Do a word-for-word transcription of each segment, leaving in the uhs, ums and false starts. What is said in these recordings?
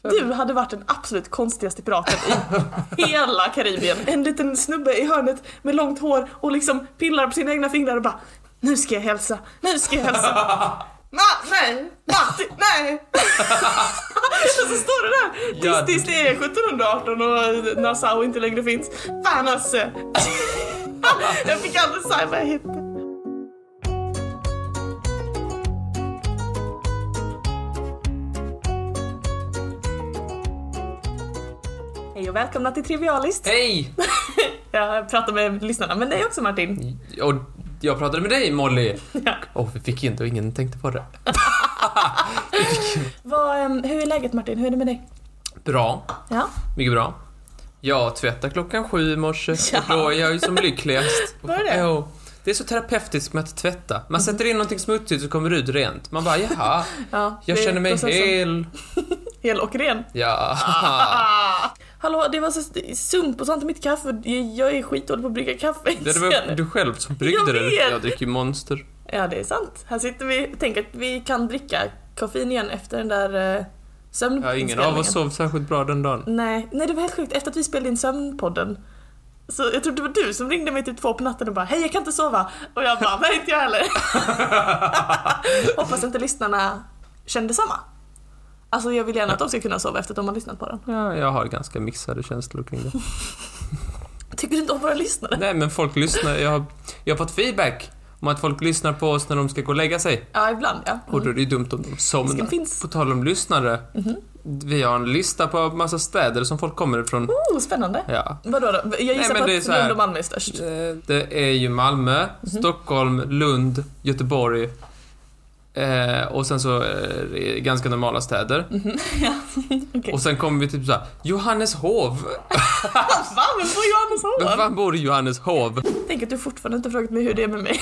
Du hade varit den absolut konstigaste piraten i hela Karibien. En liten snubbe i hörnet med långt hår och liksom pillar på sina egna fingrar och bara, nu ska jag hälsa, nu ska jag hälsa. Ma, nej, Matti, nej. Och så står det där, Ja, tills det är sjutton arton och Nassau inte längre finns. Fan alltså. Jag fick aldrig säga vad jag hette. Hej och välkomna till Trivialist. Hej! Jag pratar med lyssnarna, men dig också Martin. Och jag pratade med dig, Molly. Ja. Åh, vi fick inte och ingen tänkte på det. Vad, um, hur är läget Martin? Hur är det med dig? Bra, Ja. mycket bra. Jag tvättade klockan sju i morse. Ja. Och då är jag ju som lyckligast. Var är det? Jo. Det är så terapeutiskt med att tvätta. Man sätter in någonting smutsigt så kommer det ut rent. Man bara, jaha, Ja, jag det är känner mig processen. hel. Hel och ren. Ja. Ah. Hallå, det var så sump och sånt i mitt kaffe. Jag är skitdålig på att brygga kaffe. Det var du själv som bryggde Jag det. vet. Jag dricker ju Monster. Ja, det är sant. Här sitter vi. Tänk att vi kan dricka koffein igen efter den där uh, sömn. Ja, ingen av oss sov särskilt bra den dagen. Nej, nej, det var helt sjukt. Efter att vi spelade in sömnpodden. Så jag tror det var du som ringde mig typ två på natten och bara, hej jag kan inte sova. Och jag bara, nej inte jag heller. Hoppas inte lyssnarna kände samma. Alltså jag vill gärna att de ska kunna sova efter att de har lyssnat på den. Ja, jag har ganska mixade känslor kring det. Tycker du inte om våra lyssnare? Nej, men folk lyssnar. Jag har, jag har fått feedback om att folk lyssnar på oss när de ska gå och lägga sig. Ja, ibland ja. Mm. Och då är det ju dumt om de somnar. Finns. På tal om lyssnare. Mm-hmm. Vi har en lista på massa städer som folk kommer ifrån. Oh, spännande. Ja. Vadå då? Jag gissar Nej, på det är att så här. Lund och Malmö är störst. Det är ju Malmö, Mm-hmm. Stockholm, Lund, Göteborg. Eh, och sen så är det ganska normala städer. Mm-hmm. Ja, okay. Och sen kommer vi typ så här, Johanneshov. Va? Men på Johanneshov? Vem fan bor i Johanneshov? Tänk att du fortfarande inte frågat mig hur det är med mig.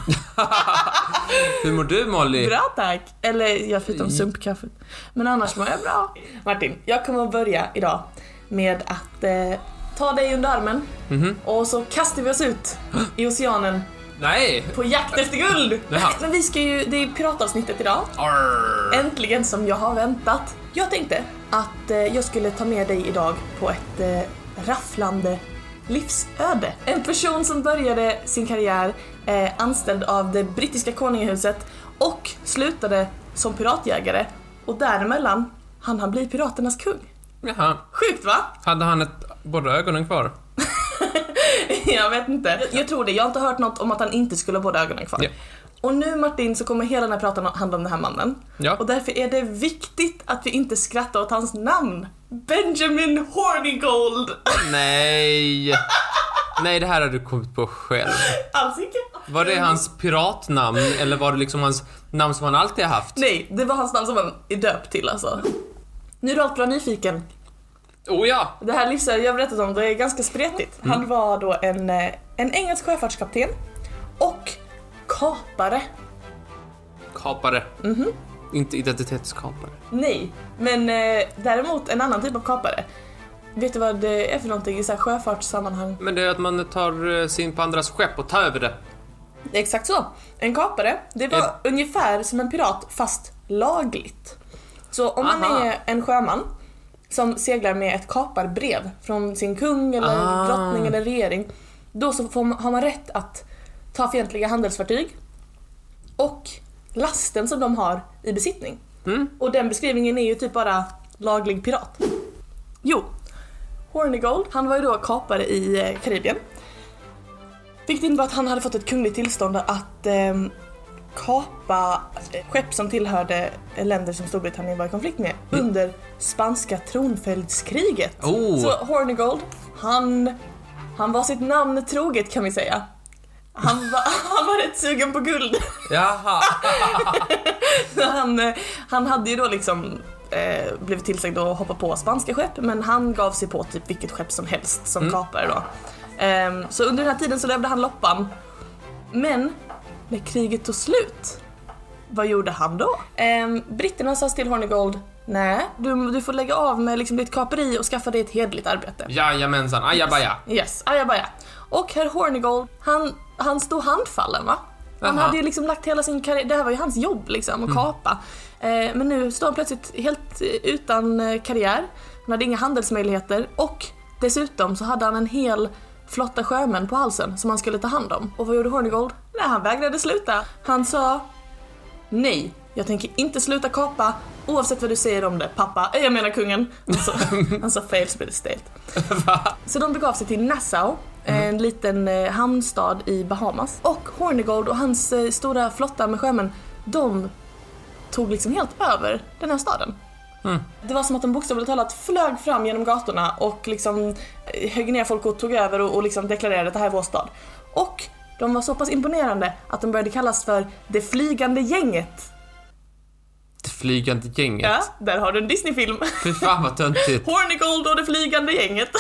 Hur mår du, Molly? Bra tack. Eller jag förutom sumpkaffet. Men annars mår jag bra. Martin, jag kommer att börja idag med att eh, ta dig under armen. Mhm. Och så kastar vi oss ut i oceanen Nej! på jakt efter guld. Jaha. Men vi ska ju, det är piratavsnittet idag. Arr. Äntligen som jag har väntat. Jag tänkte att eh, jag skulle ta med dig idag på ett eh, rafflande livsöde. En person som började sin karriär eh, anställd av det brittiska konungahuset och slutade som piratjägare. Och däremellan han han bli piraternas kung. Jaha. Sjukt va? Hade han ett, båda ögonen kvar? Jag vet inte. Jag tror det. Jag har inte hört något om att han inte skulle ha båda ögonen kvar. Ja. Och nu Martin så kommer hela den här pratan handla om den här mannen. Ja. Och därför är det viktigt att vi inte skrattar åt hans namn. Benjamin Hornigold. Nej. Nej, det här har du kommit på själv. Alls inte. Var det hans piratnamn eller var det liksom hans namn som han alltid har haft? Nej, det var hans namn som han är döpt till alltså. Nu är du allt bra nyfiken. Oh ja. Det här livsödet jag har berättat om, det är ganska spretigt. Han var då en, eh, en engelsk sjöfartskapten och kapare. Kapare. Mhm. Inte identitetskapare. Nej, men eh, däremot en annan typ av kapare. Vet du vad det är för någonting i så här sjöfartssammanhang? Men det är att man tar sig in på andras skepp och tar över det. Exakt så. En kapare, det var Ett- ungefär som en pirat fast lagligt. Så om man Aha. är en sjöman som seglar med ett kaparbrev från sin kung eller Ah. drottning eller regering, då så får man, har man rätt att ta fientliga handelsfartyg och lasten som de har i besittning. Mm. Och den beskrivningen är ju typ bara laglig pirat. Jo, Hornigold, han var ju då kapare i eh, Karibien. Vilket innebar att han hade fått ett kungligt tillstånd att eh, kapa eh, skepp som tillhörde eh, länder som Storbritannien var i konflikt med Mm. under spanska tronföljdskriget. Oh. Så Hornigold, han, han var sitt namn troget kan vi säga. Han var, han var rätt sugen på guld. Jaha. han, eh, han hade ju då liksom eh, blivit tillsagd att hoppa på spanska skepp, men han gav sig på typ vilket skepp som helst som Mm. kapare då. Ehm, så under den här tiden så levde han loppan. Men när kriget tog slut, vad gjorde han då? Ehm, britterna sa till Hornigold, nej, du, du får lägga av med liksom ditt kaperi och skaffa dig ett hederligt arbete. Jajamensan, ajabaja. Yes, ajabaja. Och herr Hornigold, han, han stod handfallen va? Han hade ju liksom lagt hela sin karriär, det här var ju hans jobb liksom, att kapa. Mm. Men nu står han plötsligt helt utan karriär. Han hade inga handelsmöjligheter och dessutom så hade han en hel flotta sjömän på halsen som han skulle ta hand om. Och vad gjorde Hornigold? Nej, han vägrade sluta. Han sa: nej, jag tänker inte sluta kapa oavsett vad du säger om det, pappa. Jag menar kungen. Han sa, han sa fel, så blev det stelt. Så de begav sig till Nassau, en mm. liten eh, hamnstad i Bahamas. Och Hornigold och hans eh, stora flotta med sjömän, de tog liksom helt över den här staden. Mm. Det var som att de bokstavligt talat flög fram genom gatorna och liksom högg ner folk och tog över och, och liksom deklarerade att det här är vår stad. Och de var så pass imponerande att de började kallas för det flygande gänget. Det flygande gänget? Ja, där har du en Disney-film. Fy fan vad töntigt. Hornigold och det flygande gänget.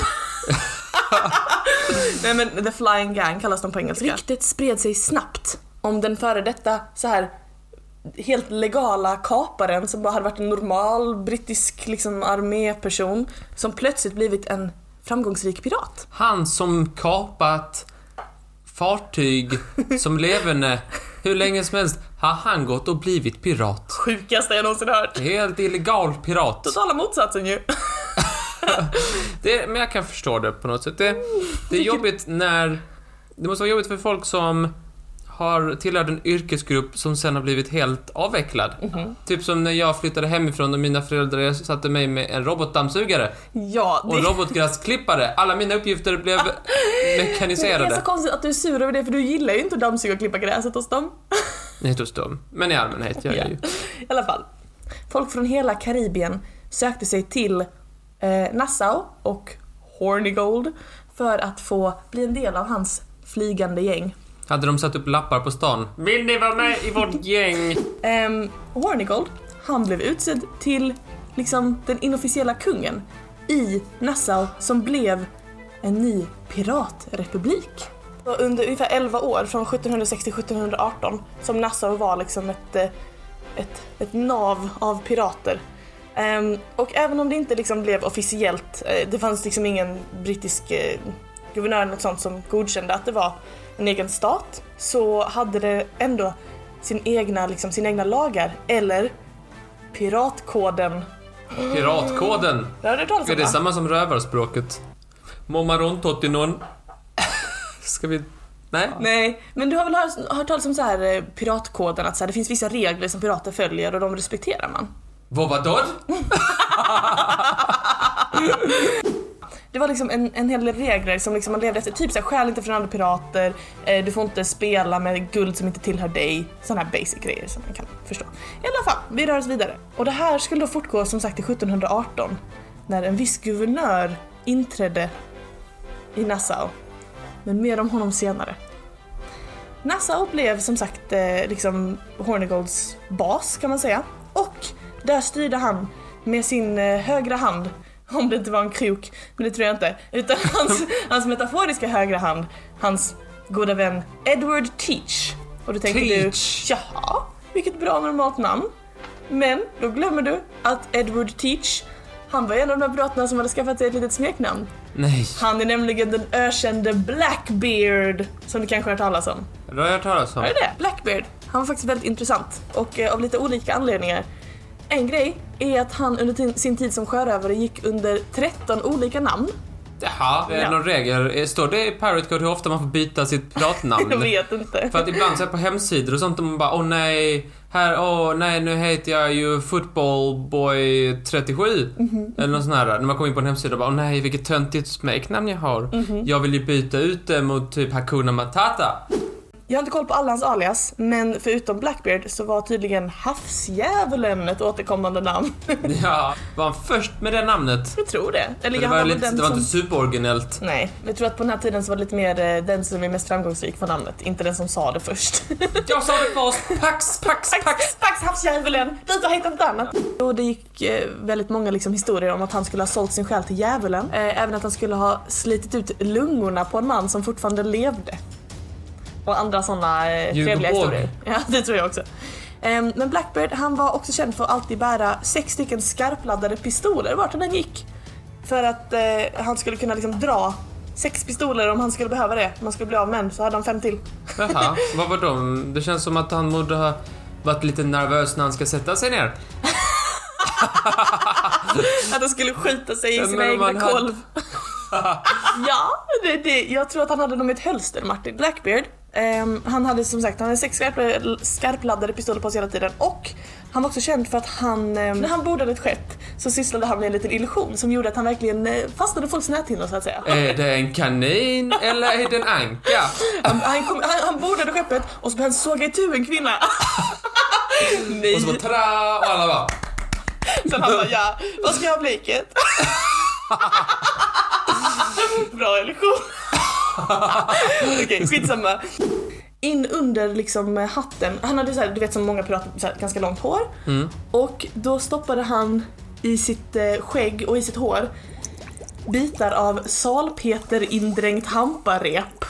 Nej, men The Flying Gang kallas de på engelska. Ryktet spred sig snabbt om den före detta så här helt legala kaparen som bara hade varit en normal brittisk liksom arméperson som plötsligt blivit en framgångsrik pirat. Han som kapat fartyg som levande hur länge som helst har han gått och blivit pirat. Sjukaste jag någonsin hört. Helt illegal pirat. Totala motsatsen ju. det, men jag kan förstå det på något sätt. Det, det är jobbigt när... Det måste vara jobbigt för folk som har tillhört en yrkesgrupp som sen har blivit helt avvecklad. Mm-hmm. Typ som när jag flyttade hemifrån och mina föräldrar satte mig med en robotdammsugare. Ja, det... Och robotgräsklippare. Alla mina uppgifter blev mekaniserade. Det är så konstigt att du är sur över det, för du gillar ju inte att dammsuga och klippa gräset hos dem. Nej, inte hos dem. Men i allmänhet gör jag ju. I alla fall. Folk från hela Karibien sökte sig till eh, Nassau och Hornigold för att få bli en del av hans flygande gäng. Hade de satt upp lappar på stan? Vill ni vara med i vårt gäng? um, Hornigold, han blev utsedd till liksom den inofficiella kungen i Nassau, som blev en ny piratrepublik. Och under ungefär elva år, från sjuttonhundrasex till sjuttonhundraarton, som Nassau var liksom ett, ett, ett nav av pirater. Um, och även om det inte liksom blev officiellt, det fanns liksom ingen brittisk uh, guvernör eller något sånt som godkände att det var en egen stat, så hade det ändå sin egna, liksom, sina egna lagar, eller piratkoden. Piratkoden? Ja, det är, är det samma som rövarspråket? Momarontotinon. Ska vi... Nej? Nej, men du har väl hört, hört talas om så här piratkoden, att så här, det finns vissa regler som pirater följer och de respekterar man. Vad var det? Det var liksom en, en hel del regler som liksom man levde efter. Typ så här, stjäl inte från andra pirater, eh, du får inte spela med guld som inte tillhör dig. Sådana här basic grejer som man kan förstå. I alla fall, vi rör oss vidare. Och det här skulle då fortgå som sagt till sjuttonhundraarton, när en viss guvernör inträdde i Nassau. Men mer om honom senare. Nassau blev som sagt eh, liksom Hornigolds bas, kan man säga. Och där styrde han med sin eh, högra hand, om det inte var en krok, men det tror jag inte, utan hans, hans metaforiska högra hand, hans goda vän Edward Teach. Och då tänker Teach. du, jaha, vilket bra normalt namn. Men då glömmer du att Edward Teach, han var en av de här piraterna som hade skaffat sig ett litet smeknamn. Nej. Han är nämligen den ökände Blackbeard, som du kanske har hört talas om. Det har jag hört talas om. Är det det? Blackbeard. Han var faktiskt väldigt intressant, och eh, av lite olika anledningar. En grej är att han under t- sin tid som sjörövare gick under tretton olika namn. Jaha, det är Ja. någon regel. Står det i Pirate Code hur ofta man får byta sitt piratnamn? Jag vet inte. För att ibland så här på hemsidor och sånt, och man bara, åh nej, här, åh nej, nu heter jag ju Footballboy trettiosju. Mm-hmm. Eller något sånt här. När man kommer in på en hemsida och bara, åh nej, vilket töntigt smeknamn jag har. Mm-hmm. Jag vill ju byta ut det mot typ Hakuna Matata. Jag har inte koll på alla hans alias, men förutom Blackbeard så var tydligen Havsdjävulen ett återkommande namn. Ja, var han först med det namnet? Jag tror det. Eller det jag var, har lite, den det var som... inte superoriginellt. Nej, jag tror att på den här tiden så var det lite mer eh, den som är mest framgångsrik för namnet, inte den som sa det först. Jag sa det först. Pax, pax, pax. Pax Havsdjävulen. Du har hittat något annat. Och det gick eh, väldigt många liksom historier om att han skulle ha sålt sin själ till djävulen. Eh, även att han skulle ha slitit ut lungorna på en man som fortfarande levde. Och andra sådana eh, trevliga historier. Ja, det tror jag också. Um, men Blackbeard, han var också känd för att alltid bära sex stycken skarpladdade pistoler vart han än gick. För att eh, han skulle kunna liksom dra sex pistoler om han skulle behöva det. Om han skulle bli av med en så hade han fem till. Jaha, vad var de? Det känns som att han borde ha varit lite nervös när han ska sätta sig ner. Att han skulle skjuta sig i sina Men egna man hade- kolv. Ja, det, det, jag tror att han hade dem i ett hölster, Martin. Blackbeard, ehm, han hade som sagt han hade sex skarp, skarpladdade pistoler på sig hela tiden. Och han var också känd för att han, ehm, när han bordade ett skepp så sysslade han med en liten illusion som gjorde att han verkligen eh, fastnade folks näthinnor, så att säga. Är det en kanin eller är det en anka? Han, han, kom, han, han bordade skeppet och så började han såga itu en kvinna. Nej. Och så bara tra och alla bara... Sen han bara, ja, vad ska jag ha bliket? Bra illusion. Okej, okay, skitsamma. In under liksom hatten, han hade så här, du vet som många pirater, så här, ganska långt hår. Mm. Och då stoppade han i sitt eh, skägg och i sitt hår bitar av salpeter indränkt hamparep.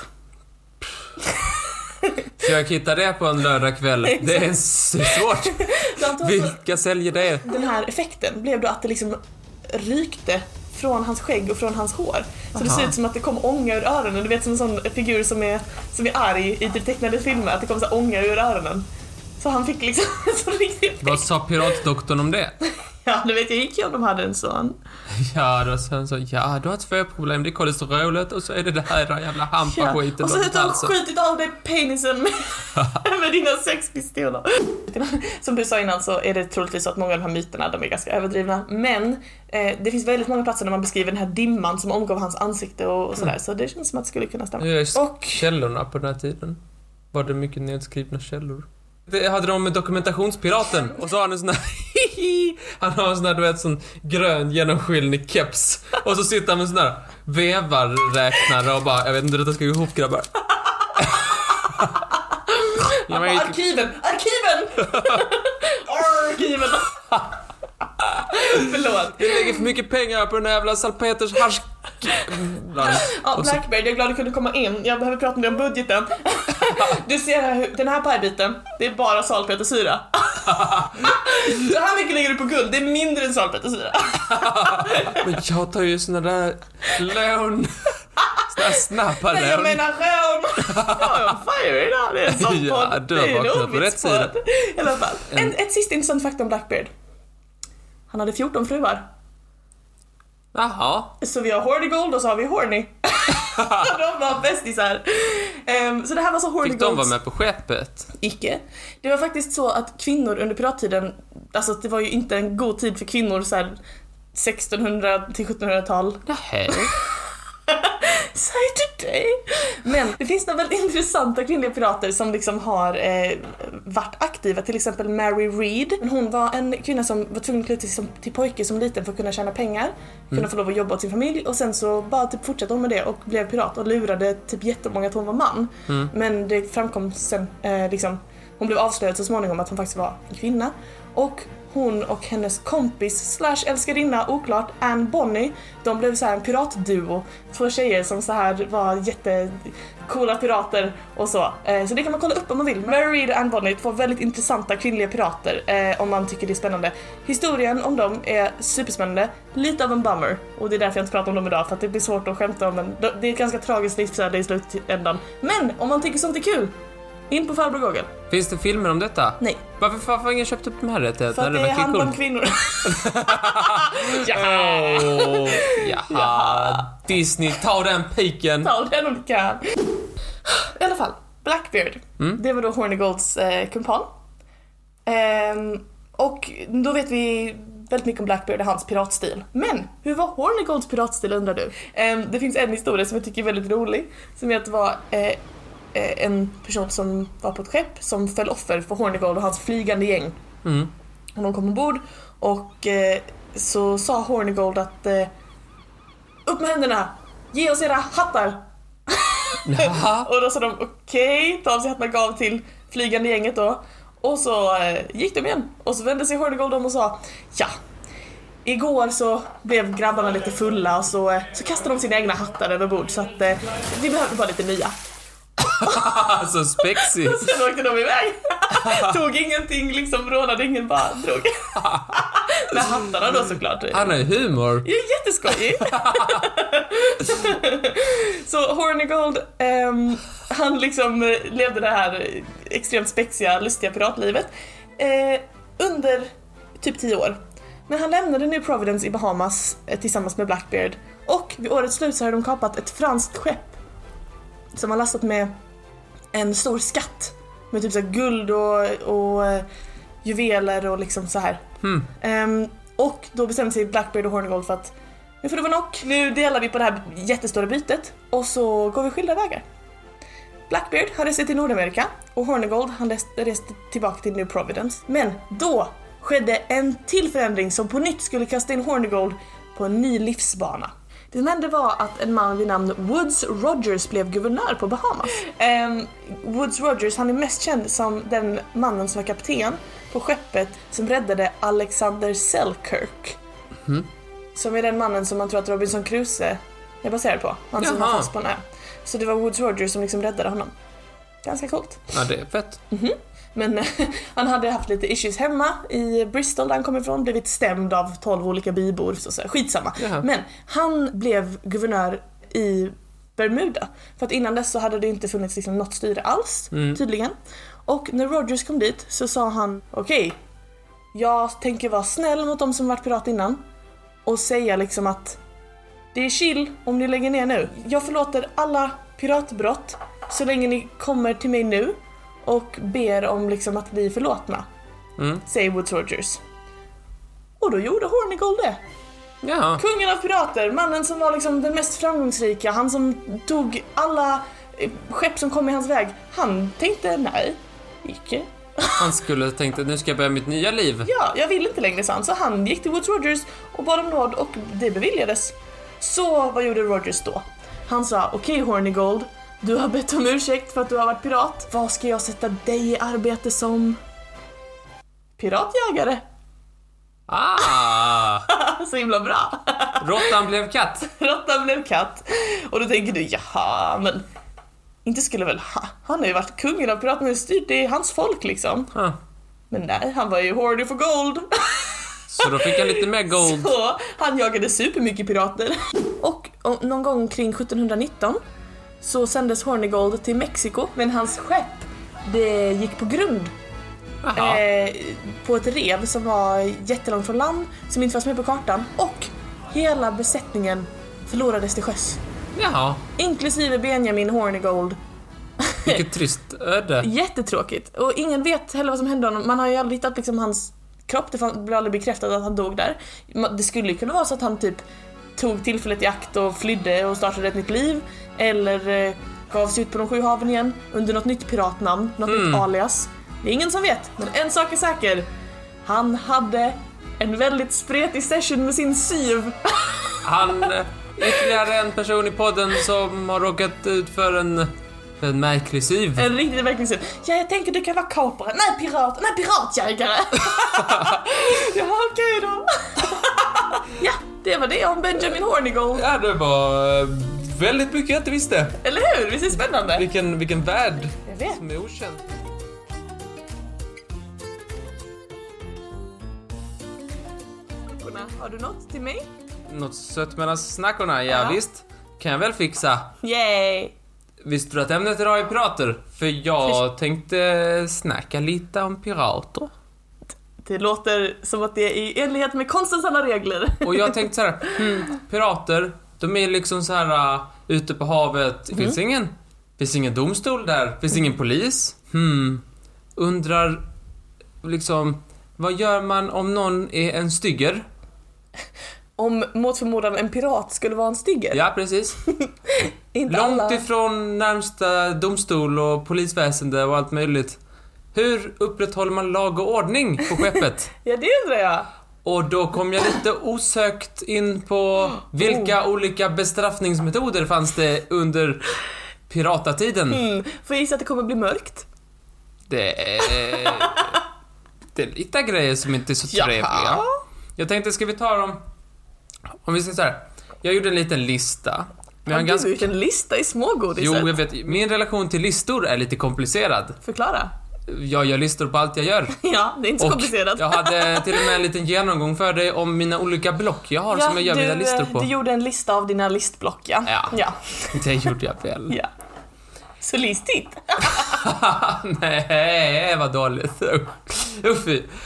Ska jag hitta det på en lördagkväll? Det är så svårt. Vilka säljer det? Den här effekten blev då att det liksom rykte från hans skägg och från hans hår. Så Aha. Det ser ut som att det kom ånga ur öronen. Du vet, som en sån figur som är, som är arg i typ tecknade filmer, att det kom så ånga ur öronen. Så han fick liksom en sån riktig effekt. Vad sa piratdoktorn om det? Ja, det vet jag inte om de hade en sån. Ja, då sa han så, ja, du har två problem. Det är kolesterolet och så är det det här jävla hampaskiten. Ja. Och så har du skjutit av dig penisen med, med dina sexpistoler. Som du sa innan så är det troligtvis så att många av de här myterna, de är ganska överdrivna. Men eh, det finns väldigt många platser där man beskriver den här dimman som omgav hans ansikte och, och sådär. Mm. Så det känns som att det skulle kunna stämma. Ja, och källorna på den här tiden. Var det mycket nedskrivna källor? Det hade de med dokumentationspiraten. Och så har han en sån här han har en sån här, du vet, sån grön genomskinlig keps. Och så sitter han med en sån här vevarräknare och bara, jag vet inte hur detta ska gå ihop, grabbar. Ja, men... Arkiven! Arkiven! Arkiven! Förlåt. Vi lägger för mycket pengar på den här jävla salpeters harsk. Ja, Blackbeard, jag är glad att du kunde komma in. Jag behöver prata med dig om budgeten. Du ser här, den här pajbiten, det är bara salpetersyra. Så här mycket lägger du på guld, det är mindre än salpetersyra. Men jag tar ju såna där lån. Såna snappar lån. Nej, jag menar sjön. Jag är on fire idag, det är en sån ja, podd. du har vaknat på rätt sida. I alla fall, en, ett sista intressant fakta om Blackbeard. Han hade fjorton fruar. Jaha. Så vi har Hornigold och så har vi Horny. De var bästisar. Um, så det här var så Hornigold. Fick de vara med på skeppet? Icke. Det var faktiskt så att kvinnor under pirattiden, alltså det var ju inte en god tid för kvinnor så här sextonhundra till sjuttonhundratal. Nej. Säg till dig. Men det finns några väldigt intressanta kvinnliga pirater som liksom har eh, varit aktiva. Till exempel Mary Read. Hon var en kvinna som var tvungen att klä till, till pojke som liten för att kunna tjäna pengar. Kunna mm. få lov att jobba åt sin familj. Och sen så bara typ fortsatte hon med det och blev pirat och lurade typ jättemånga att hon var man. Mm. Men det framkom sen eh, liksom, hon blev avslöjad så småningom att hon faktiskt var en kvinna. Och hon och hennes kompis slash älskarinna, oklart, Anne Bonny, de blev så här en piratduo. Två tjejer som så här var jättecoola pirater och så. Eh, så det kan man kolla upp om man vill. Mary Read och Anne Bonny, två väldigt intressanta kvinnliga pirater eh, om man tycker det är spännande. Historien om dem är superspännande, lite av en bummer. Och det är därför jag inte pratar om dem idag, för att det blir svårt att skämta om en. Det är ett ganska tragiskt livsöde i slutändan. Men om man tycker sånt är kul, in på Farbror Google. Finns det filmer om detta? Nej. Varför, varför har ingen köpt upp de här rättigheterna? För att det, det handlar om kvinnor. Jaha. Oh, jaha. Jaha. Disney, ta den piken. Ta den om du kan. I alla fall, Blackbeard. Mm. Det var då Hornigolds eh, kumpan. Ehm, och då vet vi väldigt mycket om Blackbeard och hans piratstil. Men hur var Hornigolds piratstil, undrar du? Ehm, det finns en historia som jag tycker är väldigt rolig. Som är att det var... Eh, en person som var på ett skepp som föll offer för Hornigold och hans flygande gäng. Mm. Och de kom ombord och eh, så sa Hornigold att eh, upp med händerna, ge oss era hattar. Och då sa de okej, okay, ta av sig hattarna, gav till flygande gänget då. Och så eh, gick de igen. Och så vände sig Hornigold om och sa, ja, igår så blev grabbarna lite fulla och så, eh, så kastade de sina egna hattar över bord, så att eh, vi behövde bara lite nya. Så spexigt. Sen åkte de iväg. Tog ingenting, liksom rånade ingen, bara drog. Med hattarna då såklart. Han är humor. Ja, jätteskojig. Så Hornigold, um, han liksom levde det här extremt spexiga, lustiga piratlivet eh, under typ tio år. Men han lämnade New Providence i Bahamas eh, tillsammans med Blackbeard. Och vid årets slut så hade de kapat ett franskt skepp som har lastat med en stor skatt med typ så här guld och, och uh, juveler och liksom så här. Hmm. Um, och då bestämde sig Blackbeard och Hornigold för att nu får det vara nog. Nu delar vi på det här jättestora bytet och så går vi skilda vägar. Blackbeard han reste till Nordamerika och Hornigold han reste tillbaka till New Providence. Men då skedde en till förändring som på nytt skulle kasta in Hornigold på en ny livsbana. Det som hände var att en man vid namn Woodes Rogers blev guvernör på Bahamas. Um, Woodes Rogers han är mest känd som den mannen som var kapten på skeppet som räddade Alexander Selkirk. Mm. Som är den mannen som man tror att Robinson Crusoe är baserad på. Han som Jaha. var fast på en ö. Så det var Woodes Rogers som liksom räddade honom. Ganska coolt. Ja, det är fett. Mm-hmm. Men han hade haft lite issues hemma i Bristol där han kom ifrån, blivit stämd av tolv olika bybor, så så här, skitsamma. Jaha. Men han blev guvernör i Bermuda, för att innan dess så hade det inte funnits liksom något styre alls, Mm. tydligen. Och när Rogers kom dit så sa han, okej, okay, jag tänker vara snäll mot dem som varit pirat innan och säga liksom att det är chill om ni lägger ner nu. Jag förlåter alla piratbrott så länge ni kommer till mig nu och ber om liksom att bli förlåtna. Mm. Säger Woodes Rogers. Och då gjorde Hornigold det. Ja. Kungen av pirater, mannen som var liksom den mest framgångsrika, han som tog alla eh, skepp som kom i hans väg. Han tänkte, nej, icke. Han skulle tänkt att nu ska jag börja mitt nya liv. Ja, jag vill inte längre, sant. Så han gick till Woodes Rogers och bad om nåd och det beviljades. Så vad gjorde Rogers då? Han sa, okej okay, Hornigold, du har bett om ursäkt för att du har varit pirat. Vad ska jag sätta dig i arbete som? Piratjägare. Ah! Så himla bra. Råttan blev katt. Råttan blev katt. Och då tänker du, jaha, men inte skulle väl ha. Han har ju varit kungen av piraterna och styrt, det är hans folk liksom. Ah. Men nej, han var ju horny for gold. Så då fick han lite mer gold. Så han jagade supermycket pirater. Och, och någon gång kring sjuttonhundranitton så sändes Hornigold till Mexiko, men hans skepp det gick på grund. Eh, på ett rev som var jättelångt från land, som inte fanns med på kartan, och hela besättningen förlorades till sjöss. Jaha. Inklusive Benjamin Hornigold. Vilket trist öde. Jättetråkigt. Och ingen vet heller vad som hände honom. Man har ju aldrig hittat liksom hans kropp, det blev aldrig bekräftat att han dog där. Det skulle ju kunna vara så att han typ tog tillfället i akt och flydde och startade ett nytt liv, eller eh, gav sig ut på de sju haven igen under något nytt piratnamn, något Mm. nytt alias. Det är ingen som vet, men en sak är säker. Han hade en väldigt spretig session med sin syv. Han, eh, ytterligare en person i podden som har råkat ut för en, en märklig syv. En riktigt verklig syv. Ja, jag tänker du kan vara kapare. Nej, pirat. Nej, piratjägare. Ja, okej då. Ja, det var det om Benjamin Hornigold. Ja, det var eh, väldigt mycket jag inte visste. Eller hur? Visst är det spännande? Vilken, vilken värld Jag vet. som är okänd. Har du något till mig? Något sött mellan snackorna, ja, Ja. visst. Kan jag väl fixa. Yay! Visste du att ämnet idag är pirater? För jag tänkte snacka lite om pirater. Det låter som att det är i enlighet med konstens alla regler. Och jag tänkte så här, hmm, pirater, de är liksom så här uh, ute på havet. Det finns ingen, finns ingen domstol där, finns ingen polis. Hmm, undrar liksom, vad gör man om någon är en stygger? Om mot förmodan en pirat skulle vara en stygger. Ja, precis. Inte Långt alla. ifrån närmsta domstol och polisväsende och allt möjligt. Hur upprätthåller man lag och ordning på skeppet? Ja, det undrar jag. Och då kom jag lite osökt in på vilka Oh. olika bestraffningsmetoder fanns det under piratatiden. Mm. Får jag gissa att det kommer bli mörkt? Det är... Det är lite grejer som inte är så trevliga. Jaha. Jag tänkte, ska vi ta dem... Om vi säger så här. Jag gjorde en liten lista. Men Har jag du ganska... en lista i smågodiset? Jo, jag vet. Min relation till listor är lite komplicerad. Förklara. jag gör listor på allt jag gör. Ja, det är inte så Och komplicerat. jag hade till och med en liten genomgång för dig om mina olika block jag har ja, som jag gör du, mina listor på. Du gjorde en lista av dina listblock, ja. Ja, ja. det gjorde jag väl. Ja. Så listigt. Nej, vad dåligt. Uff.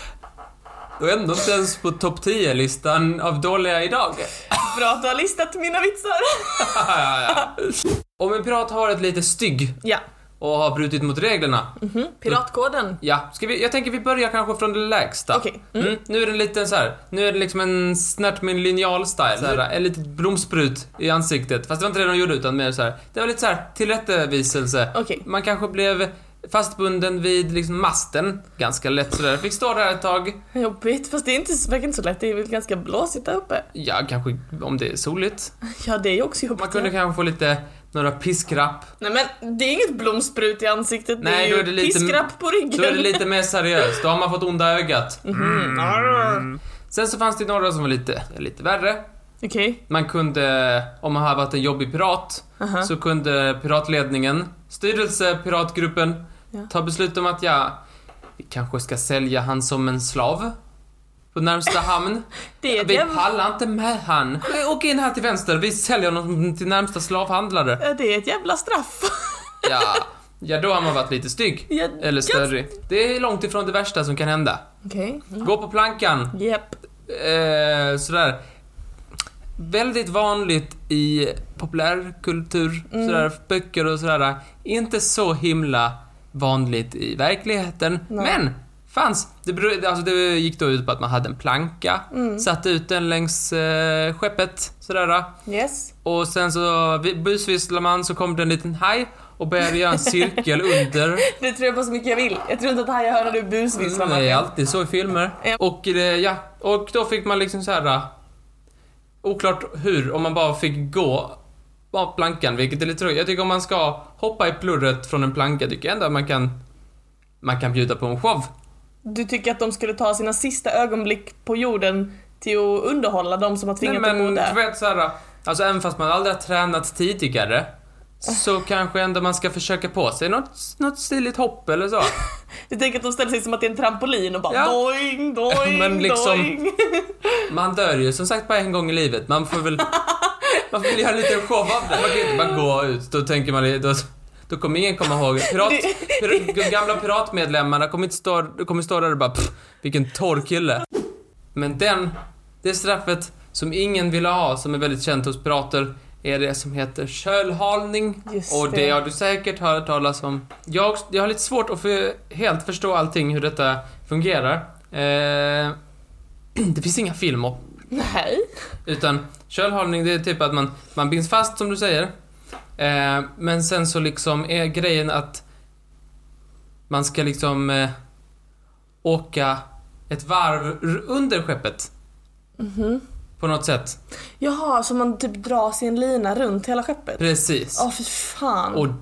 Du är ändå inte ens på topp tio-listan av dåliga idag. Bra att du har listat mina vitsar. ja, ja. Om en pirat har varit lite stygg Ja. och har brutit mot reglerna. Mm-hmm. Piratkoden. Ja, ska vi, jag tänker vi börjar kanske från det lägsta. Okej. Okay. Mm. Mm, nu är det lite så här. Nu är det liksom en snärt med en linjal-style. Så här, en litet blomsprut i ansiktet. Fast det var inte det de gjorde utan mer så här. Det var lite så här tillrättaviselse. Okay. Man kanske blev fastbunden vid liksom masten. Ganska lätt sådär. Fick stå där ett tag. Jobbigt, fast det är inte, verkar inte så lätt. Det är väl ganska blåsigt där uppe. Ja, kanske om det är soligt. Ja, det är också jobbigt. Man kunde kanske få lite, några piskrapp. Nej, men det är inget blomsprut i ansiktet. Nej, det är då ju är det lite, piskrapp på ryggen. Då är det lite mer seriöst. Då har man fått onda ögat. Mm. Mm. Sen så fanns det några som var lite, lite värre. Okej. Okay. Man kunde, om man hade varit en jobbig pirat, uh-huh. så kunde piratledningen, styrelse, piratgruppen, ja. ta beslut om att ja, vi kanske ska sälja han som en slav på närmsta hamn. Det är vi jävla... pallar inte med han. Åk in här till vänster, vi säljer honom till närmsta slavhandlare. Det är ett jävla straff. ja, ja, då har man varit lite stygg. Ja, eller större. Det är långt ifrån det värsta som kan hända. Okej. Okay. Gå på plankan. Japp. Eh, sådär. Väldigt vanligt i populärkultur, mm. sådär, böcker och sådär. Inte så himla vanligt i verkligheten. Nej. Men fanns. Det, beror, alltså det gick då ut på att man hade en planka, mm. satt ut den längs eh, skeppet, sådär. Yes. Och sen så busvisslar man, så kom det en liten haj och började göra en cirkel under. Det tror jag på så mycket jag vill. Jag tror inte att hajar hör när du busvisslar. Det är alltid så i filmer. Ja. Och, eh, ja, och då fick man liksom såhär... Oklart hur, om man bara fick gå av plankan, vilket är lite tråkigt. Jag tycker om man ska hoppa i plurret från en planka, tycker jag ändå att man kan, man kan bjuda på en show. Du tycker att de skulle ta sina sista ögonblick på jorden till att underhålla de som har tvingat Nej, men, dem där? Du vet såhär, alltså även fast man aldrig har tränat tidigare, så kanske ändå man ska försöka på sig något, något stiligt hopp eller så. Du tänker att de ställer sig som att det är en trampolin och bara ja. doing, doing, Men liksom, doing. Man dör ju som sagt bara en gång i livet. Man får väl, man får väl göra en liten show av det. Man kan inte bara gå ut. Då tänker man, då, då kommer ingen komma ihåg. Pirat, pirat, de gamla piratmedlemmarna kommer inte stå, kommer stå där och bara, pff, vilken torr kille. Men den, det straffet som ingen vill ha, som är väldigt känt hos pirater, är det som heter kölhalning. Just och det. det har du säkert hört talas om. Jag, jag har lite svårt att för, helt förstå allting hur detta fungerar. Eh, det finns inga filmer. Nej. Utan kölhalning, det är typ att man, man binds fast som du säger. Eh, men sen så liksom är grejen att man ska liksom eh, åka ett varv under skeppet. Mhm. På något sätt. Jaha, så man typ drar sin lina runt hela skeppet? Precis. Åh, fy fan. Och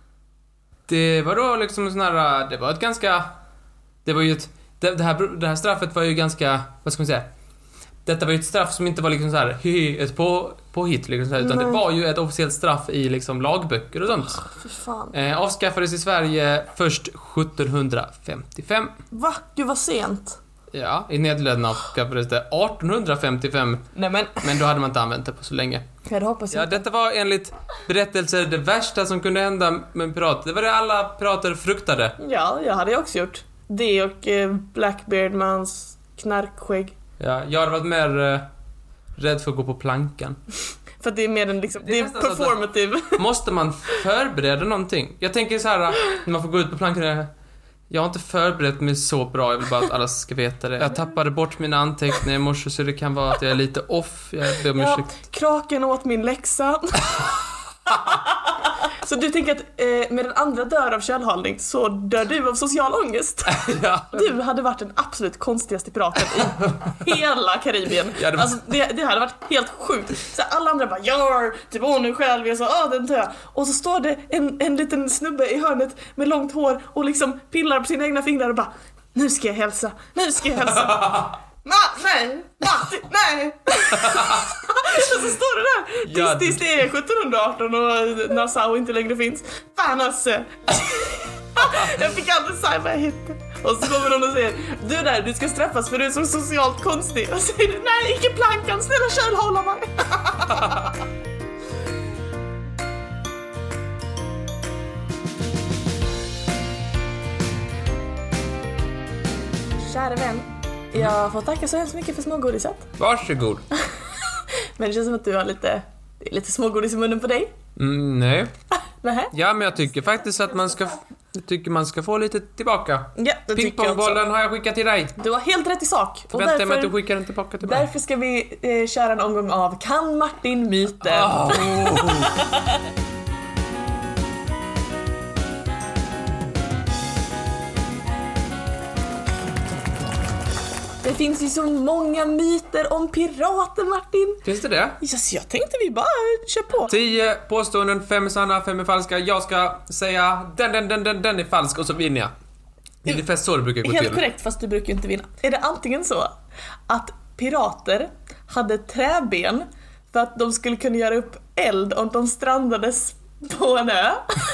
det var då liksom en sån här, det var ett ganska, det var ju ett, det, det, här, det här straffet var ju ganska, vad ska man säga, detta var ju ett straff som inte var liksom så här, hy, ett på, påhitt liksom så här, utan Nej. det var ju ett officiellt straff i liksom lagböcker och sånt. Oh, fy fan. Eh, avskaffades i Sverige först sjuttonhundrafemtiofem. Va? Gud, vad sent. Ja, i Nederländerna avskaffades det artonhundrafemtiofem. Nej, men. men då hade man inte använt det på så länge. Jag hoppas ja, detta var enligt berättelser det värsta som kunde hända med en pirat. Det var det alla pirater fruktade. Ja, jag hade också gjort. Det och eh, Blackbeard med hans knarkskägg. Ja, jag hade varit mer eh, rädd för att gå på plankan. För att det är mer en liksom, det är, det är performative. Måste man förbereda någonting? Jag tänker så här, när man får gå ut på plankan. Jag har inte förberett mig så bra. Jag vill bara att alla ska veta det. Jag tappade bort mina anteckningar i morse, så det kan vara att jag är lite off. Jag ber om ursäkt. Ja, kraken åt min läxa. Så du tänker att eh, med den andra dör av kölhalning, så dör du av social ångest? Ja. Du hade varit den absolut konstigaste piraten i hela Karibien. Ja, det, var... alltså, det, det hade varit helt sjukt. Så alla andra bara, ja, typ åh nu själv, jag sa, ah den tar jag. Och så står det en, en liten snubbe i hörnet med långt hår och liksom pillar på sina egna fingrar och bara, nu ska jag hälsa, nu ska jag hälsa. Ma, nej, Matti, nej. Och så står det där tills, tills det är sjuttonhundraarton och Nassau inte längre finns. Fan alltså. Jag fick aldrig säga vad jag hette. Och så kommer någon och säger, du där, du ska straffas för du är så socialt konstig. Och säger du, nej, icke plankan, snälla kölhålla mig. Kära vän, jag får tacka så hemskt mycket för smågodiset. Varsågod. Men det känns som att du har lite, det är lite smågodis i munnen på dig. Mm, nej. Nähä? Ja, men jag tycker faktiskt att man ska jag tycker man ska få lite tillbaka. Ja, det tycker jag också. Pingpongbollen har jag skickat till dig. Du har helt rätt i sak. Och Vänta mig att du därför, skickar den tillbaka till mig. därför ska vi eh, köra en omgång av Kan Martin myten? Oh. Det finns ju så många myter om pirater, Martin. Finns det det? Ja, så jag tänkte vi bara kör på. Tio påståenden, fem är sanna, fem är falska. Jag ska säga den, den, den, den, den är falsk och så vinner jag. Det är ungefär så det brukar gå Helt till. korrekt, fast du brukar ju inte vinna. Är det antingen så att pirater hade träben för att de skulle kunna göra upp eld om de strandades på en ö?